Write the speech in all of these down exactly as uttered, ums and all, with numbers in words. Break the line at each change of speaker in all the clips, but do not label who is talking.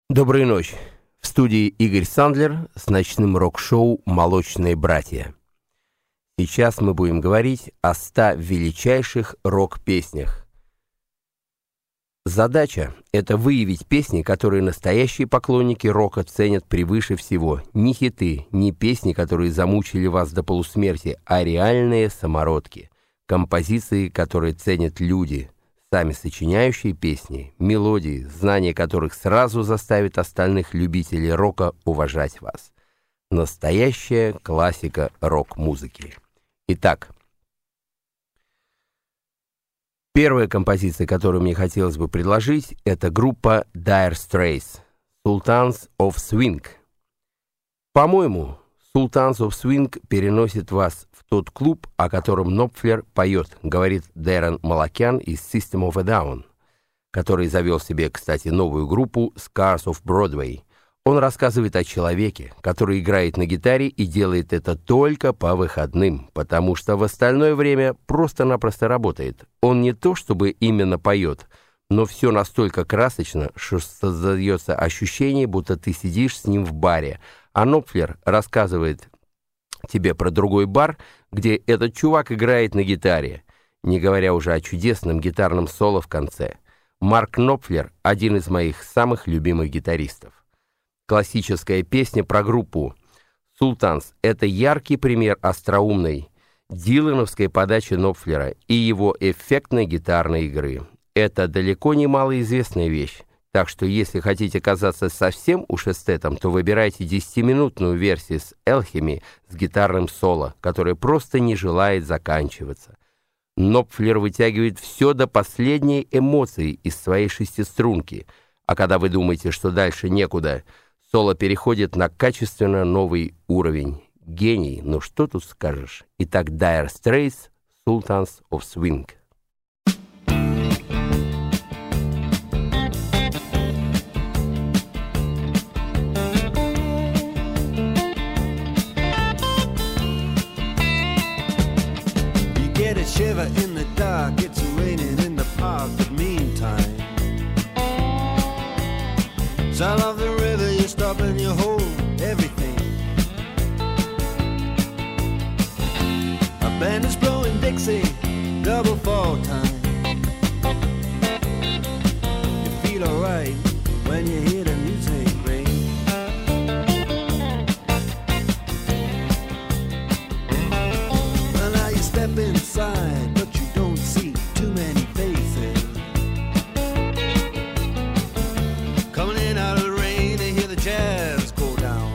Доброй ночи. В студии Игорь Сандлер с ночным рок-шоу «Молочные братья». Сейчас мы будем говорить о ста величайших рок-песнях. Задача – это выявить песни, которые настоящие поклонники рока ценят превыше всего. Не хиты, не песни, которые замучили вас до полусмерти, а реальные самородки. Композиции, которые ценят люди, сами сочиняющие песни, мелодии, знание которых сразу заставит остальных любителей рока уважать вас. Настоящая классика рок-музыки. Итак, первая композиция, которую мне хотелось бы предложить, это группа Dire Straits, Sultans of Swing. По-моему, Sultans of Swing переносит вас в тот клуб, о котором Knopfler поет, говорит Дэрен Малакян из System of a Down, который завел себе, кстати, новую группу Scars of Broadway. Он рассказывает о человеке, который играет на гитаре и делает это только по выходным, потому что в остальное время просто-напросто работает. Он не то чтобы именно поет, но все настолько красочно, что создается ощущение, будто ты сидишь с ним в баре, а Knopfler рассказывает тебе про другой бар, где этот чувак играет на гитаре, не говоря уже о чудесном гитарном соло в конце. Марк Knopfler – один из моих самых любимых гитаристов. Классическая песня про группу Sultans – это яркий пример остроумной дилановской подачи Knopfler и его эффектной гитарной игры. Это далеко не малоизвестная вещь, так что если хотите казаться совсем уж эстетом, то выбирайте десятиминутную версию с Alchemy с гитарным соло, которая просто не желает заканчиваться. Knopfler вытягивает все до последней эмоции из своей шестиструнки, а когда вы думаете, что дальше некуда, соло переходит на качественно новый уровень. Гений, ну что тут скажешь? Итак, Dire Straits, Sultans of Swing.
Shiver in the dark, it's raining in the park, but meantime sound of the river, you stop and you hold everything. A band is blowing Dixie, double fall time. You feel alright when you hear the music ring. Well, now you step inside, but you don't see too many faces. Coming in out of the rain, they hear the jazz go down.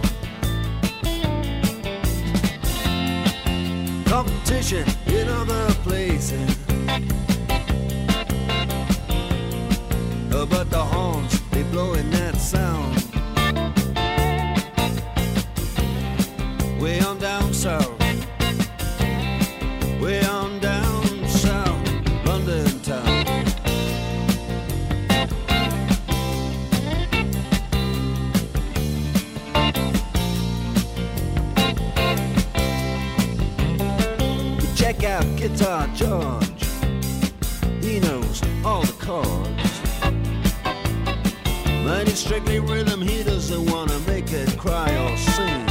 Competition in other places, oh, but the horns, they blowing that sound. Way on down south, way on down south, London town. Check out Guitar George, he knows all the chords. But it's strictly rhythm, he doesn't wanna make it cry or sing.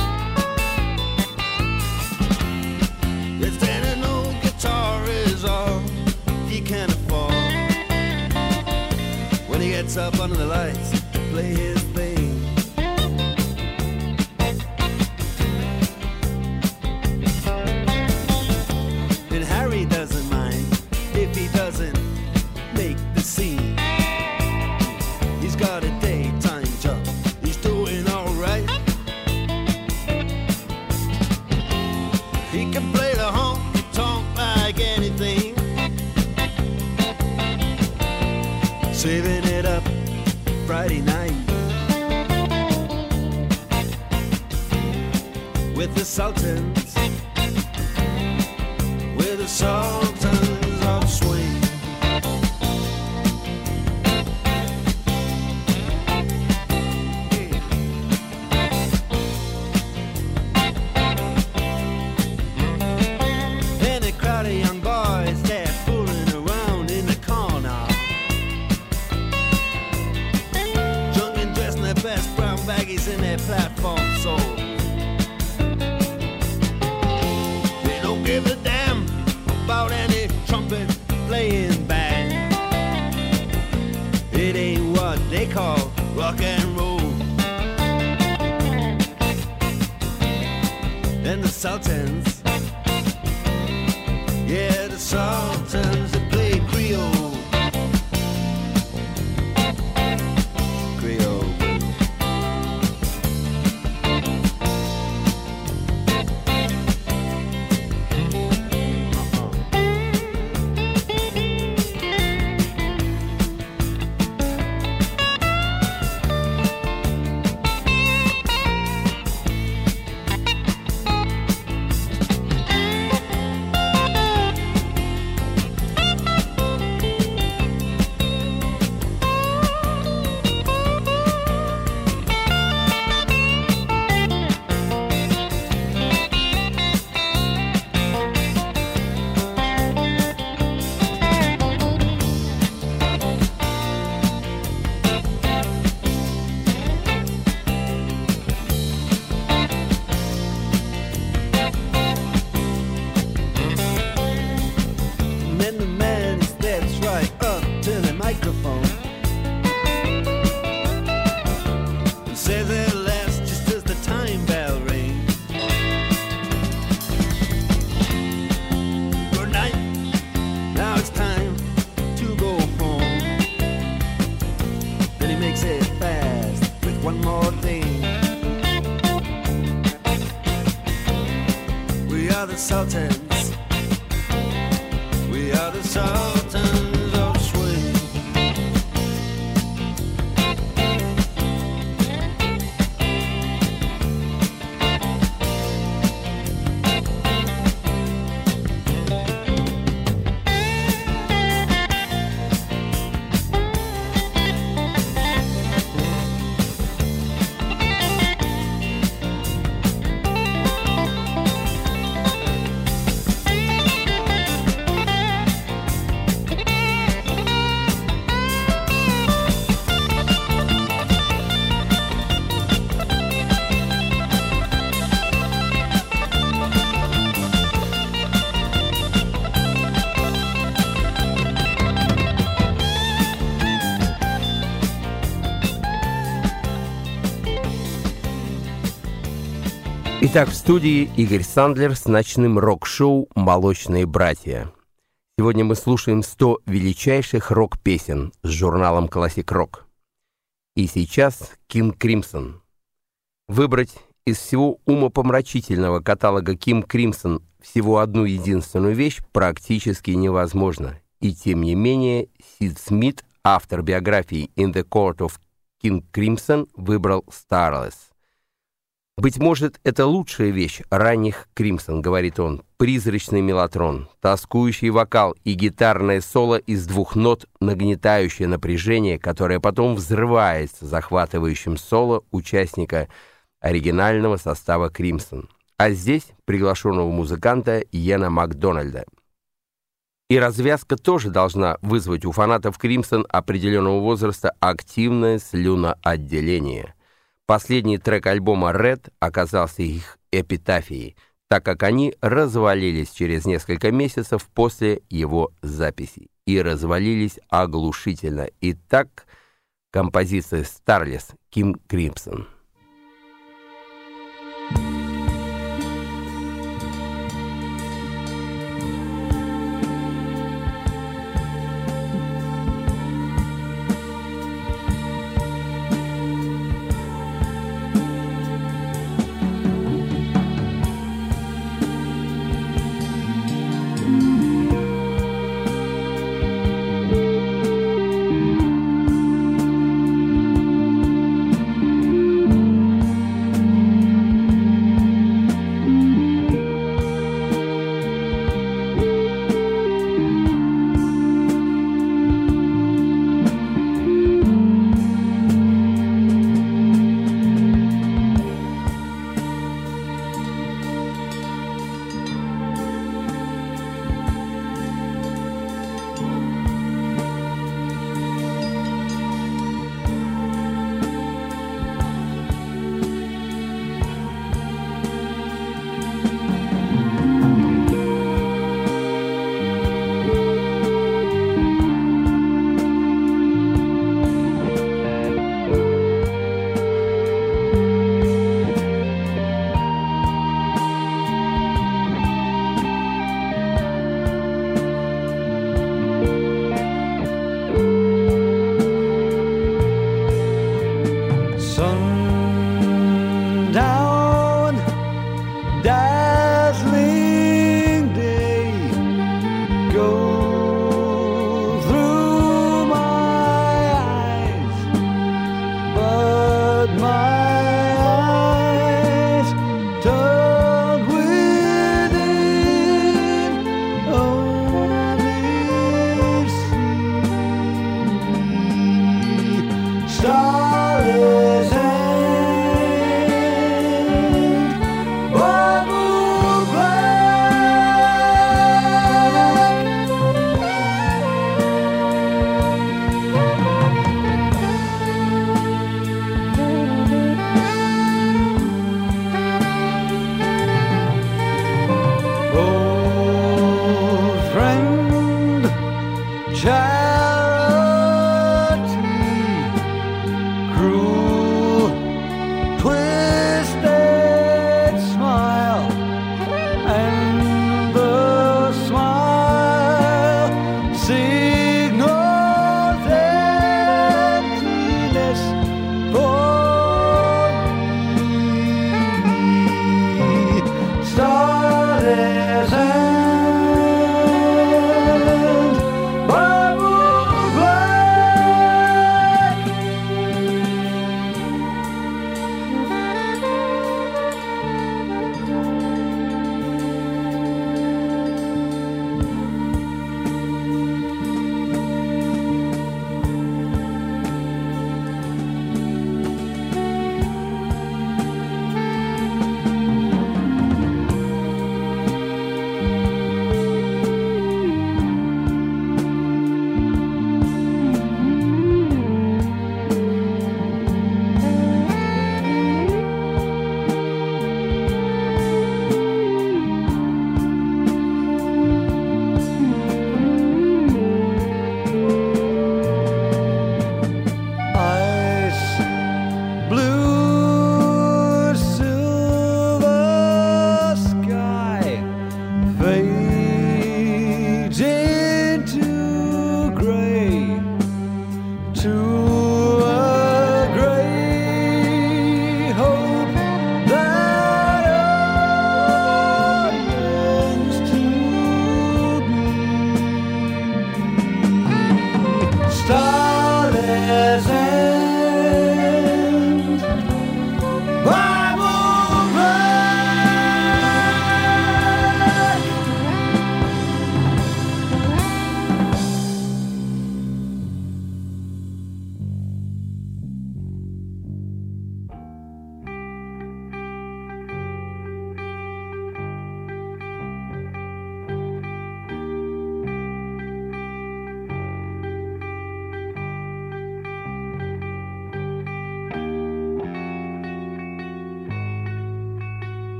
If then an old guitar is all he can afford, when he gets up under the lights to play his thing. And Harry doesn't mind if he doesn't make the scene. He's got a daytime job, he's doing alright. He can play the honky-tonk like anything, saving it up Friday night with the Sultans, with the Sultans of Swing. And a crowd of young boys, they're fooling around in the corner, drunk and dressed in their best their platform sold. They don't give a damn about any trumpet playing band. It ain't what they call rock and roll. And the Sultans, yeah, the Sultans that play Creole. Creole. Sultans, we are the Sultans of Swing.
Итак, в студии Игорь Сандлер с ночным рок-шоу «Молочные братья». Сегодня мы слушаем сто величайших рок-песен с журналом Classic Rock. И сейчас King Crimson. Выбрать из всего умопомрачительного каталога King Crimson всего одну единственную вещь практически невозможно. И тем не менее, Сид Смит, автор биографии In the Court of King Crimson, выбрал Starless. «Быть может, это лучшая вещь ранних Кримсон», — говорит он. «Призрачный мелатрон, тоскующий вокал и гитарное соло из двух нот, нагнетающее напряжение, которое потом взрывается захватывающим соло участника оригинального состава Кримсон, а здесь приглашенного музыканта Йена Макдональда. И развязка тоже должна вызвать у фанатов Кримсон определенного возраста активное слюноотделение». Последний трек альбома «Red» оказался их эпитафией, так как они развалились через несколько месяцев после его записи. И развалились оглушительно. Итак, композиция «Starless» King Crimson.
Thank you.
sundown, dazzling day, go through my eyes, but my eyes turned within, only see starless and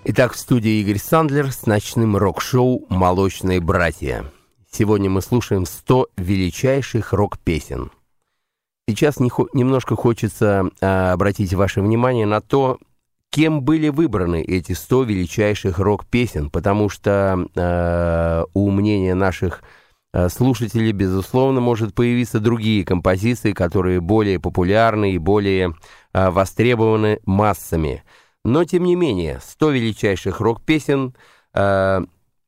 Итак, в студии Игорь Сандлер с ночным рок-шоу «Молочные братья». Сегодня мы слушаем сто величайших рок-песен. Сейчас не хо- немножко хочется э, обратить ваше внимание на то, кем были выбраны эти сто величайших рок-песен, потому что э, у мнения наших э, слушателей, безусловно, может появиться другие композиции, которые более популярны и более э, востребованы массами. Но, тем не менее, сто величайших рок-песен э,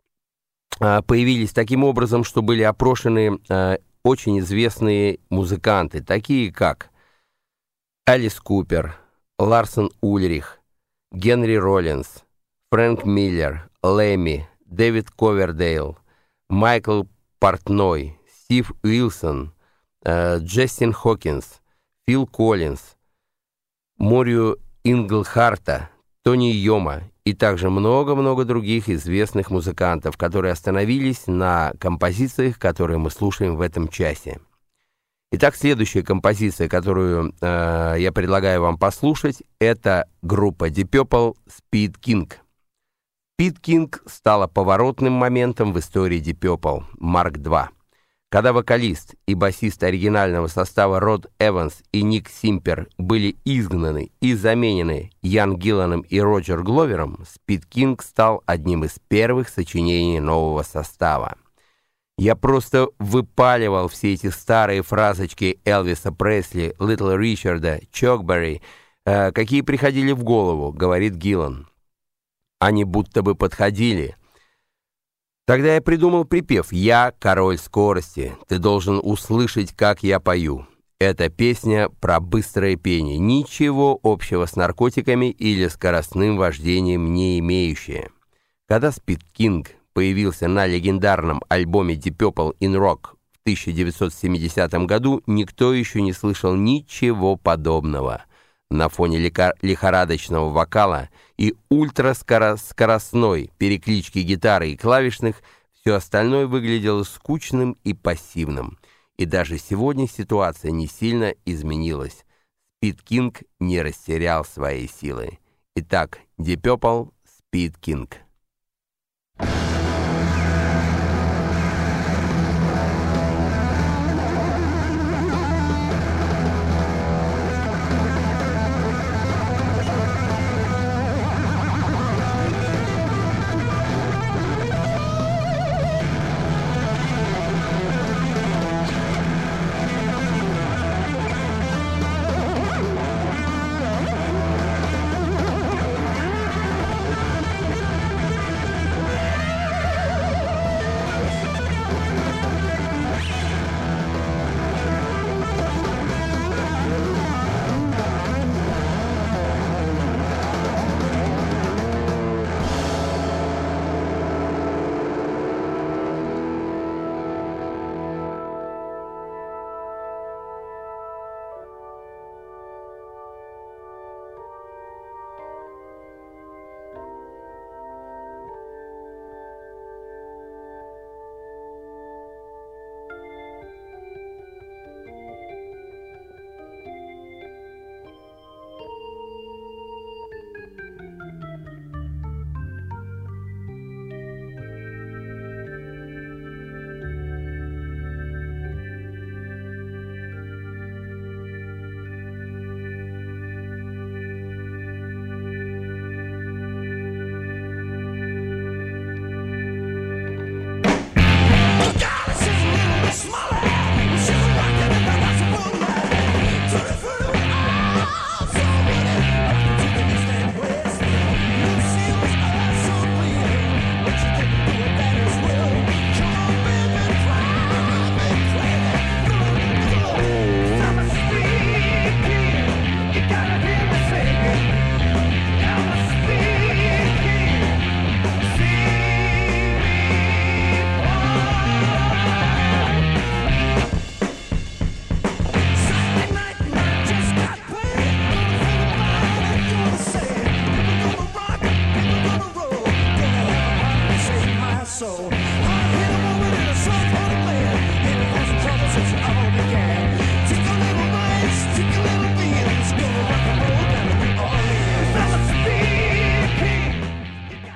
э, появились таким образом, что были опрошены э, очень известные музыканты, такие как Элис Купер, Ларсон Ульрих, Генри Роллинс, Фрэнк Миллер, Лэмми, Дэвид Ковердейл, Майкл Портной, Стив Уилсон, э, Джастин Хокинс, Фил Коллинз, Морио Инглхарта, Тони Йома и также много-много других известных музыкантов, которые остановились на композициях, которые мы слушаем в этом часе. Итак, следующая композиция, которую э, я предлагаю вам послушать, это группа Deep Purple «Speed King». «Speed King» стала поворотным моментом в истории Deep Purple Марк два. Когда вокалист и басист оригинального состава Род Эванс и Ник Симпер были изгнаны и заменены Ян Гилланом и Роджер Гловером, «Speed King» стал одним из первых сочинений нового состава. Я просто выпаливал все эти старые фразочки Элвиса Пресли, Литл Ричарда, Чокберри, э, какие приходили в голову, говорит Гиллан. Они будто бы подходили. Тогда я придумал припев «Я король скорости, ты должен услышать, как я пою». Эта песня про быстрое пение, ничего общего с наркотиками или скоростным вождением не имеющая. Когда Speed King появился на легендарном альбоме Deep Purple in Rock в тысяча девятьсот семидесятом году, никто еще не слышал ничего подобного. На фоне лихорадочного вокала и ультраскоростной переклички гитары и клавишных все остальное выглядело скучным и пассивным. И даже сегодня ситуация не сильно изменилась. Speed King не растерял своей силы. Итак, Deep Purple, Speed King.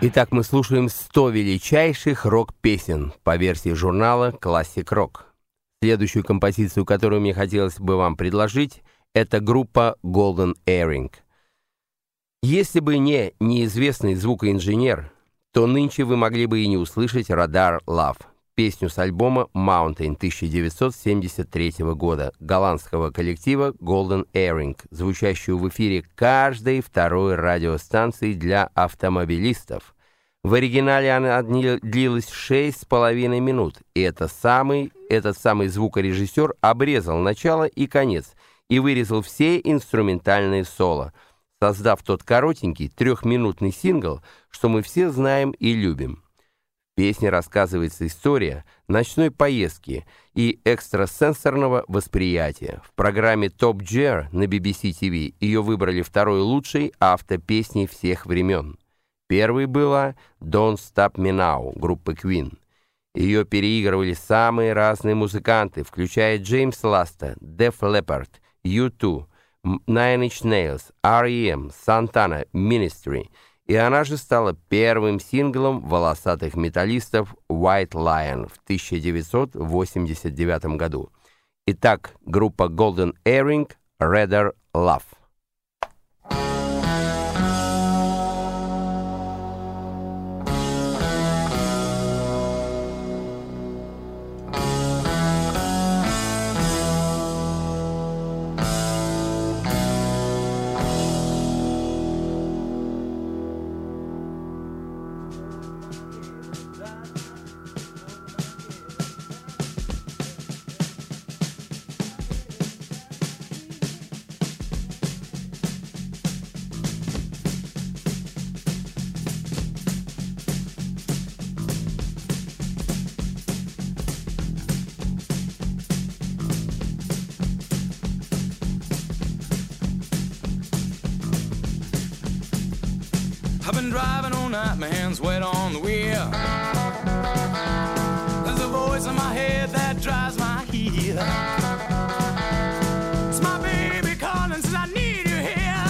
Итак, мы слушаем сто величайших рок-песен по версии журнала Classic Rock. Следующую композицию, которую мне хотелось бы вам предложить, это группа Golden Earring. Если бы не неизвестный звукоинженер, то нынче вы могли бы и не услышать «Radar Love», песню с альбома «Mountain» тысяча девятьсот семьдесят третьего года голландского коллектива Golden Earring, звучащую в эфире каждой второй радиостанции для автомобилистов. В оригинале она длилась шесть с половиной минут, и это самый, этот самый звукорежиссер обрезал начало и конец и вырезал все инструментальные соло, создав тот коротенький трехминутный сингл, что мы все знаем и любим. В песне рассказывается история ночной поездки и экстрасенсорного восприятия. В программе Top Gear на би би си ти ви ее выбрали второй лучшей автопесней всех времен. Первой была «Don't Stop Me Now» группы Queen. Ее переигрывали самые разные музыканты, включая Джеймс Ласта, Def Leppard, ю ту, Nine Inch Nails, ар и эм, Santana, Ministry, и она же стала первым синглом волосатых металлистов White Lion в тысяча девятьсот восемьдесят девятом году. Итак, группа Golden Earring, Radar Love.
I've been driving all night, my hands wet on the wheel. There's a voice in my head that drives my heel. It's my baby calling, says I need you here.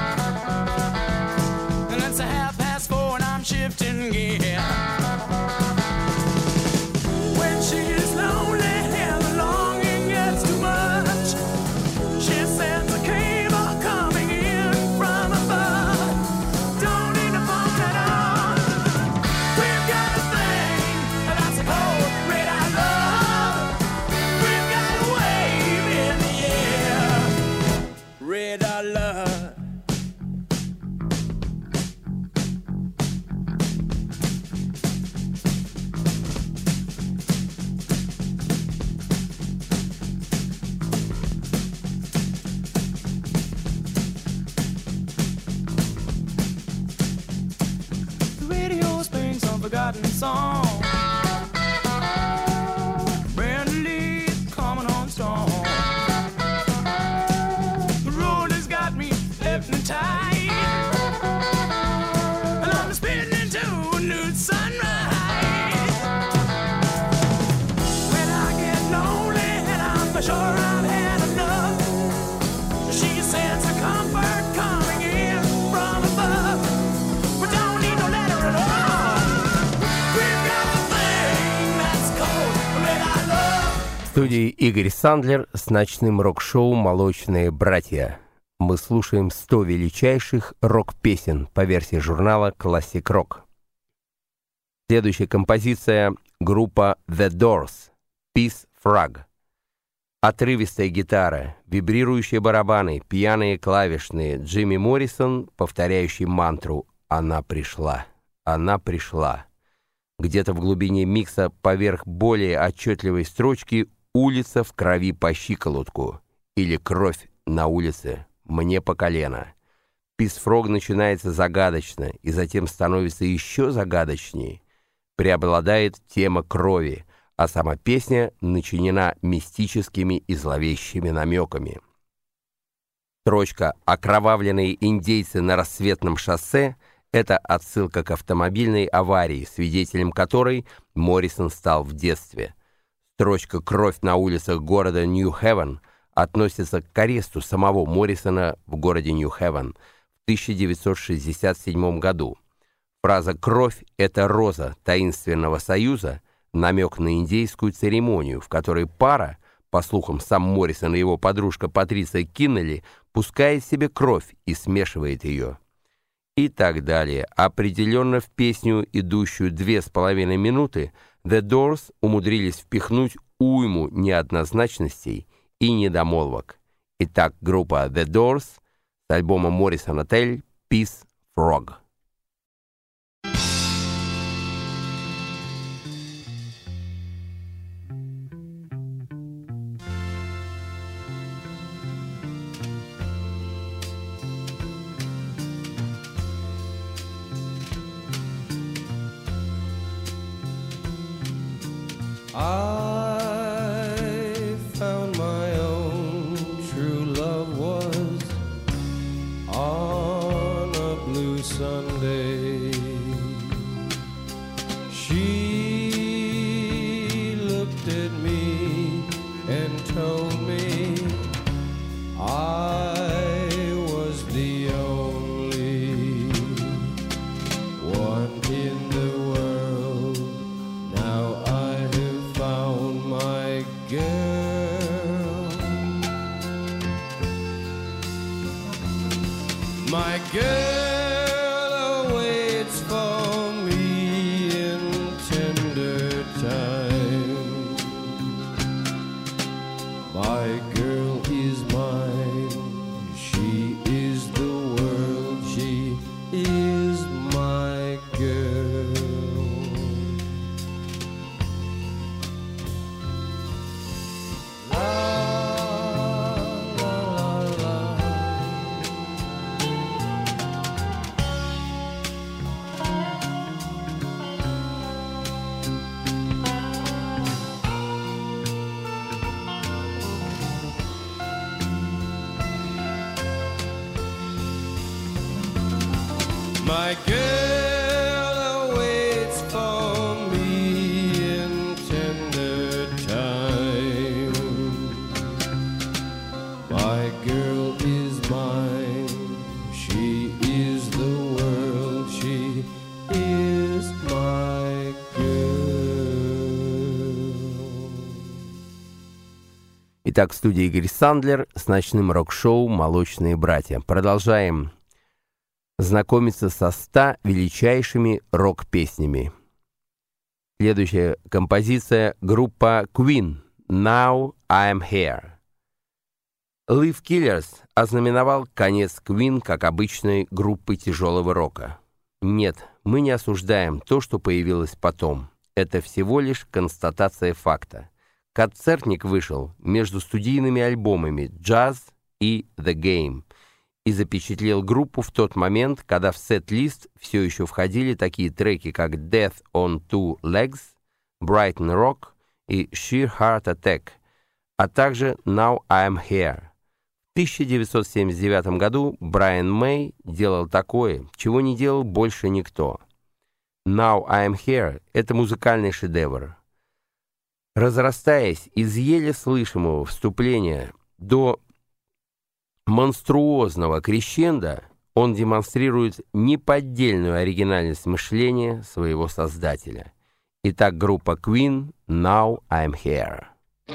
And it's a half past four and I'm shifting gear. When she is lonely and the longing gets too much, she sends a cable coming in from above. Don't need a phone at all. We've got a thing that's a cold red I love. We've got a wave in the air. Red I love. The radio's playing some forgotten song. Brand new leaf coming on strong. The road has got me hypnotized, and I'm spinning into a new sunrise. When I get lonely and I'm for sure I've had enough, she sends a comfort coming in from above. We don't need no letter at all. We've got a thing that's cold red I love.
В студии Игорь Сандлер с ночным рок-шоу «Молочные братья». Мы слушаем сто величайших рок-песен по версии журнала Classic Rock. Следующая композиция — группа The Doors, Peace Frog. Отрывистая гитара, вибрирующие барабаны, пьяные клавишные, Джимми Моррисон, повторяющий мантру «Она пришла, она пришла». Где-то в глубине микса поверх более отчетливой строчки «Улица в крови по щиколотку» или «Кровь на улице мне по колено». Peace Frog начинается загадочно и затем становится еще загадочнее. Преобладает тема крови, а сама песня начинена мистическими и зловещими намеками. Строчка «Окровавленные индейцы на рассветном шоссе» — это отсылка к автомобильной аварии, свидетелем которой Моррисон стал в детстве. Строчка «Кровь на улицах города Нью-Хевен» относится к аресту самого Моррисона в городе Нью-Хевен в тысяча девятьсот шестьдесят седьмом году. Фраза «кровь — это роза таинственного союза» — намек на индейскую церемонию, в которой пара, по слухам сам Моррисон и его подружка Патриция Киннелли, пускает себе кровь и смешивает ее. И так далее. Определенно в песню, идущую две с половиной минуты, The Doors умудрились впихнуть уйму неоднозначностей и недомолвок. Итак, группа The Doors с альбома Моррисона Tell Peace Frog.
I found my own true love was on a blue Sunday. She looked at me and told me I was the only one in the world. Now I have found my girl. My girl awaits for me in tender time. My girl is mine. She is the world. She is my girl. My girl awaits for me in tender time. My girl is mine. She is the world. She is my girl.
Итак, в студии Игорь Сандлер с ночным рок-шоу «Молочные братья». Продолжаем знакомиться со ста величайшими рок-песнями. Следующая композиция — группа Queen «Now I'm Here». Live Killers ознаменовал конец Queen как обычной группы тяжелого рока. Нет, мы не осуждаем то, что появилось потом. Это всего лишь констатация факта. Концертник вышел между студийными альбомами «Jazz» и «The Game» и запечатлел группу в тот момент, когда в сет-лист все еще входили такие треки, как «Death on Two Legs», «Brighton Rock» и «Sheer Heart Attack», а также «Now I'm Here». В тысяча девятьсот семьдесят девятом году Брайан Мэй делал такое, чего не делал больше никто. «Now I'm Here» — это музыкальный шедевр. Разрастаясь из еле слышимого вступления до монструозного крещендо, он демонстрирует неподдельную оригинальность мышления своего создателя. Итак, группа Queen «Now I'm Here».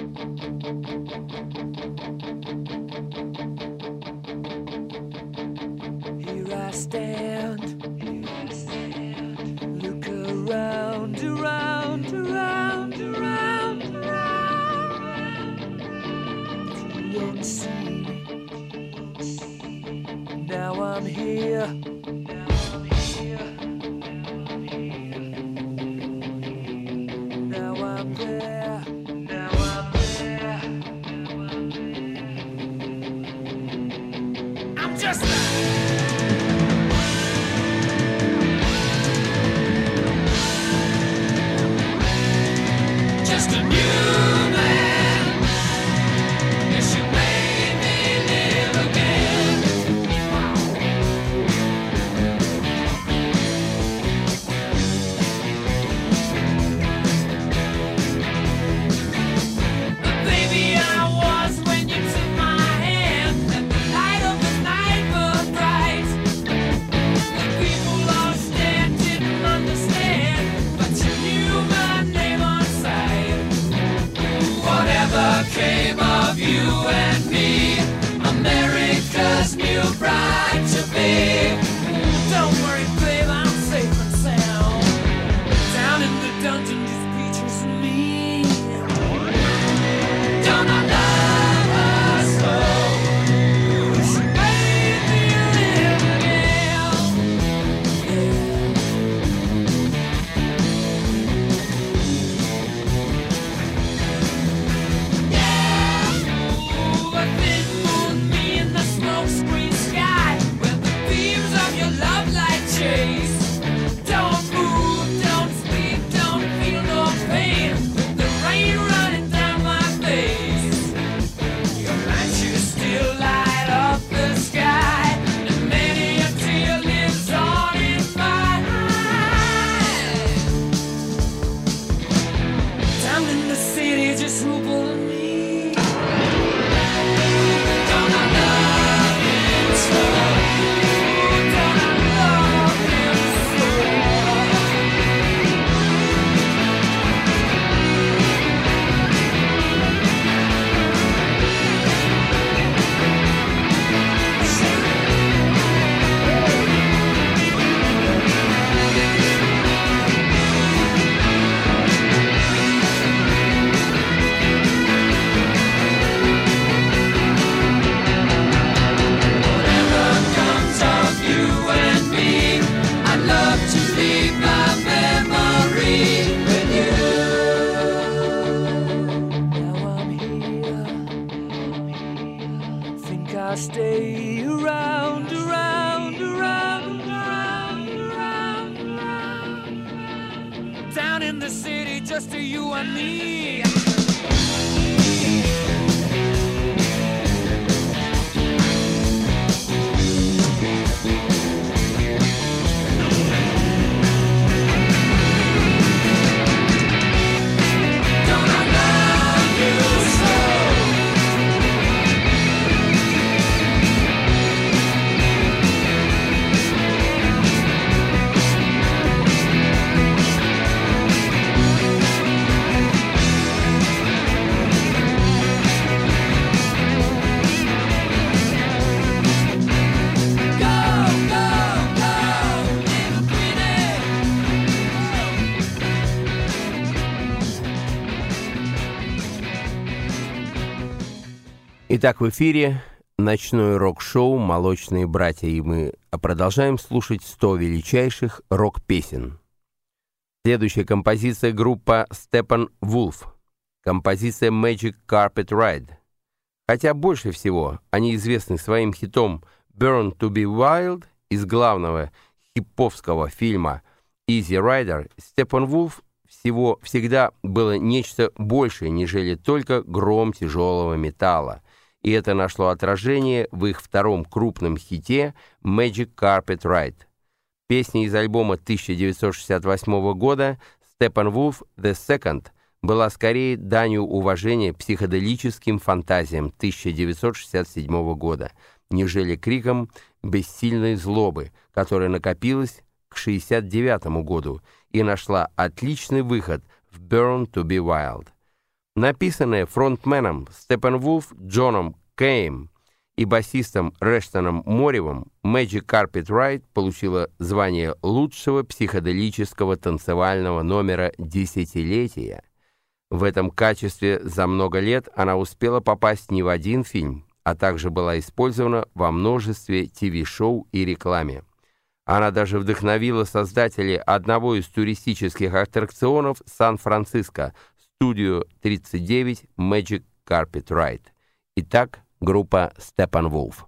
Here I stand, here I stand. Look around, around, around, around, around. You won't see. Now I'm here. Now I'm here. Now I'm there. Now I'm there. I'm just.
my memory with you.
Now I'm here. Think I'll stay around, around, around, around, around, around. Down in the city, just to you and me.
Итак, в эфире ночное рок-шоу «Молочные братья», и мы продолжаем слушать сто величайших рок-песен. Следующая композиция — группа Steppenwolf, композиция Magic Carpet Ride. Хотя больше всего они известны своим хитом Born to be Wild из главного хиповского фильма Easy Rider, Steppenwolf всего всегда было нечто большее, нежели только гром тяжелого металла. И это нашло отражение в их втором крупном хите Magic Carpet Ride. Песня из альбома тысяча девятьсот шестьдесят восьмого года Steppenwolf the Second была скорее данью уважения психоделическим фантазиям тысяча девятьсот шестьдесят седьмого года, нежели криком бессильной злобы, которая накопилась к шестьдесят девятому году и нашла отличный выход в Born to be Wild. Написанная фронтменом Steppenwolf Джоном Кейм и басистом Рештоном Моревым, Magic Carpet Ride получила звание лучшего психоделического танцевального номера десятилетия. В этом качестве за много лет она успела попасть не в один фильм, а также была использована во множестве ти ви-шоу и рекламе. Она даже вдохновила создателей одного из туристических аттракционов Сан-Франциско, студию тридцать девять Magic Carpet Ride. Итак, группа Steppenwolf.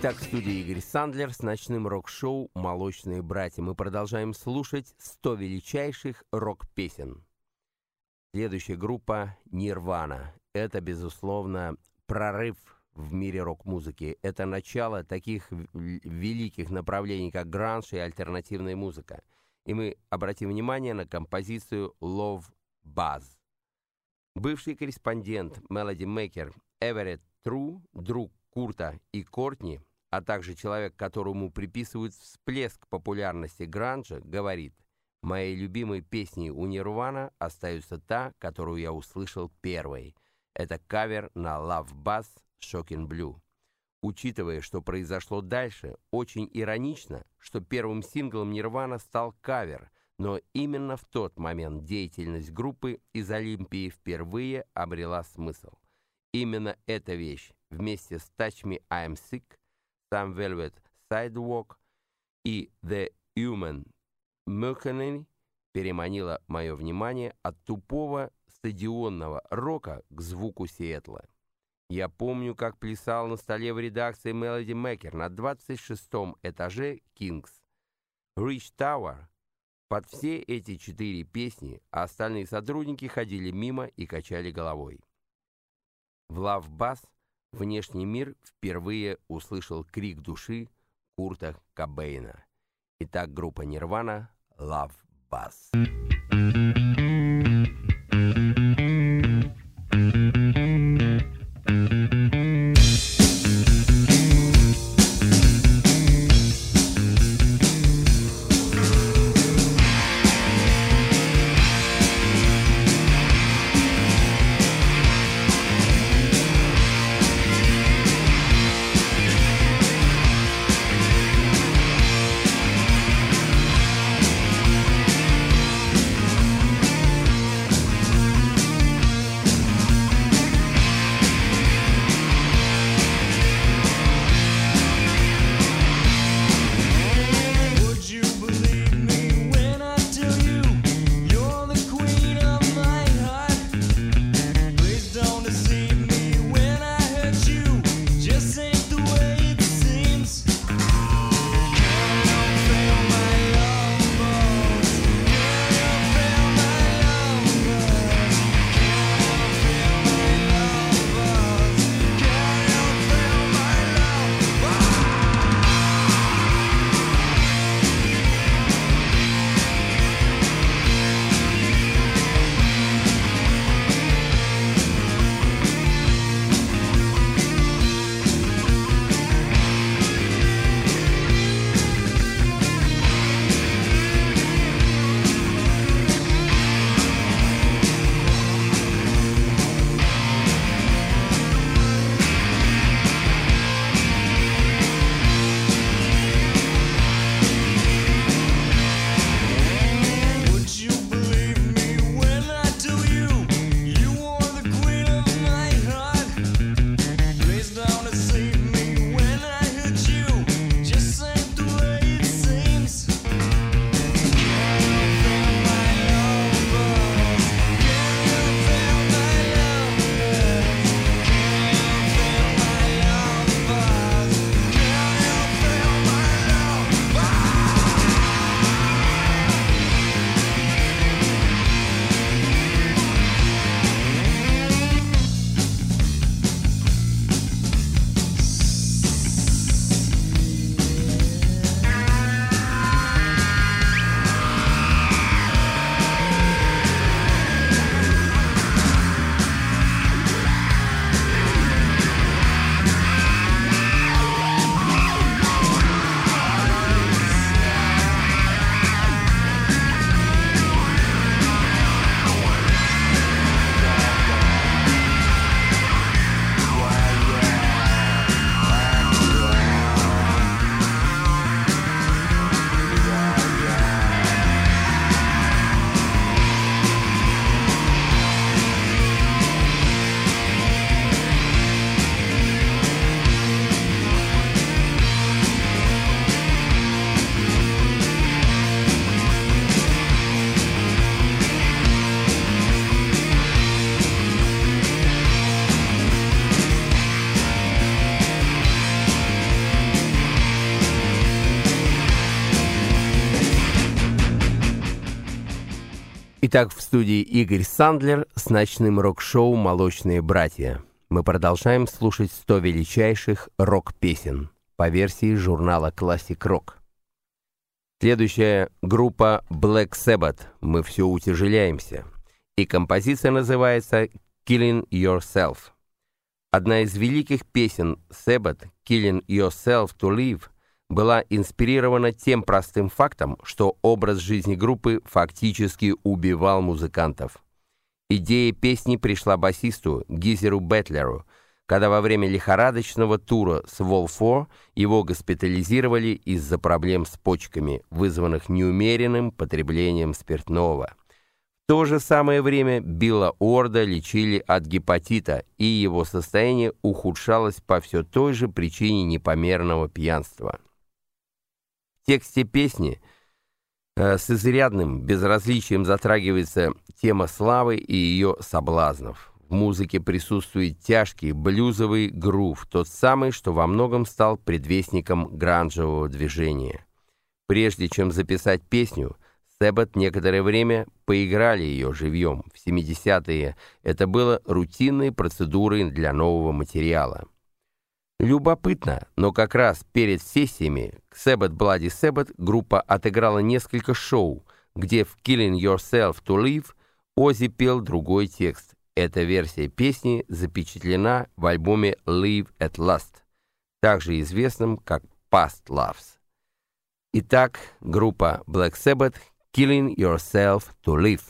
Итак, в студии Игорь Сандлер с ночным рок-шоу «Молочные братья». Мы продолжаем слушать сто величайших рок-песен. Следующая группа «Нирвана». Это, безусловно, прорыв в мире рок-музыки. Это начало таких великих направлений, как гранж и альтернативная музыка. И мы обратим внимание на композицию «Love Buzz». Бывший корреспондент Melody Maker Эверетт Тру, друг Курта и Кортни, а также человек, которому приписывают всплеск популярности гранжа, говорит: «Моей любимой песней у Нирвана остается та, которую я услышал первой. Это кавер на Love Buzz Shocking Blue». Учитывая, что произошло дальше, очень иронично, что первым синглом Нирвана стал кавер, но именно в тот момент деятельность группы из Олимпии впервые обрела смысл. Именно эта вещь вместе с Touch Me I'm Sick, Some Velvet Sidewalk и The Human Machine переманила мое внимание от тупого стадионного рока к звуку Сиэтла. Я помню, как плясал на столе в редакции Melody Maker на двадцать шестом этаже Kings Ridge Tower под все эти четыре песни, а остальные сотрудники ходили мимо и качали головой. В Love Buzz внешний мир впервые услышал крик души Курта Кобейна. Итак, группа Nirvana Love Buzz.
Thank
Итак, в студии Игорь Сандлер с ночным рок-шоу «Молочные братья». Мы продолжаем слушать сто величайших рок-песен по версии журнала Classic Rock. Следующая группа Black Sabbath «Мы все утяжеляемся», и композиция называется «Killing Yourself». Одна из великих песен Sabbath «Killing Yourself to Live» была инспирирована тем простым фактом, что образ жизни группы фактически убивал музыкантов. Идея песни пришла басисту Гизеру Бэтлеру, когда во время лихорадочного тура с Волфор его госпитализировали из-за проблем с почками, вызванных неумеренным потреблением спиртного. В то же самое время Билла Уорда лечили от гепатита, и его состояние ухудшалось по все той же причине непомерного пьянства. В тексте песни э, с изрядным безразличием затрагивается тема славы и ее соблазнов. В музыке присутствует тяжкий блюзовый грув, тот самый, что во многом стал предвестником гранжевого движения. Прежде чем записать песню, Sabbath некоторое время поиграли ее живьем. В семидесятые это было рутинной процедурой для нового материала. Любопытно, но как раз перед сессиями к Sabbath Bloody Sabbath группа отыграла несколько шоу, где в «Killing Yourself to Live» Оззи пел другой текст. Эта версия песни запечатлена в альбоме «Live at Last», также известном как «Past Loves». Итак, группа Black Sabbath «Killing Yourself to Live».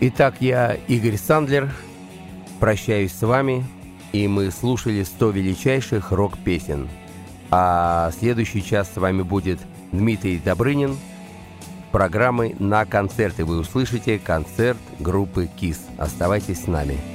Итак, я, Игорь Сандлер, прощаюсь с вами, и мы слушали сто величайших рок-песен. А следующий час с вами будет Дмитрий Добрынин. Программы «На концерты» вы услышите концерт группы KISS. Оставайтесь с нами.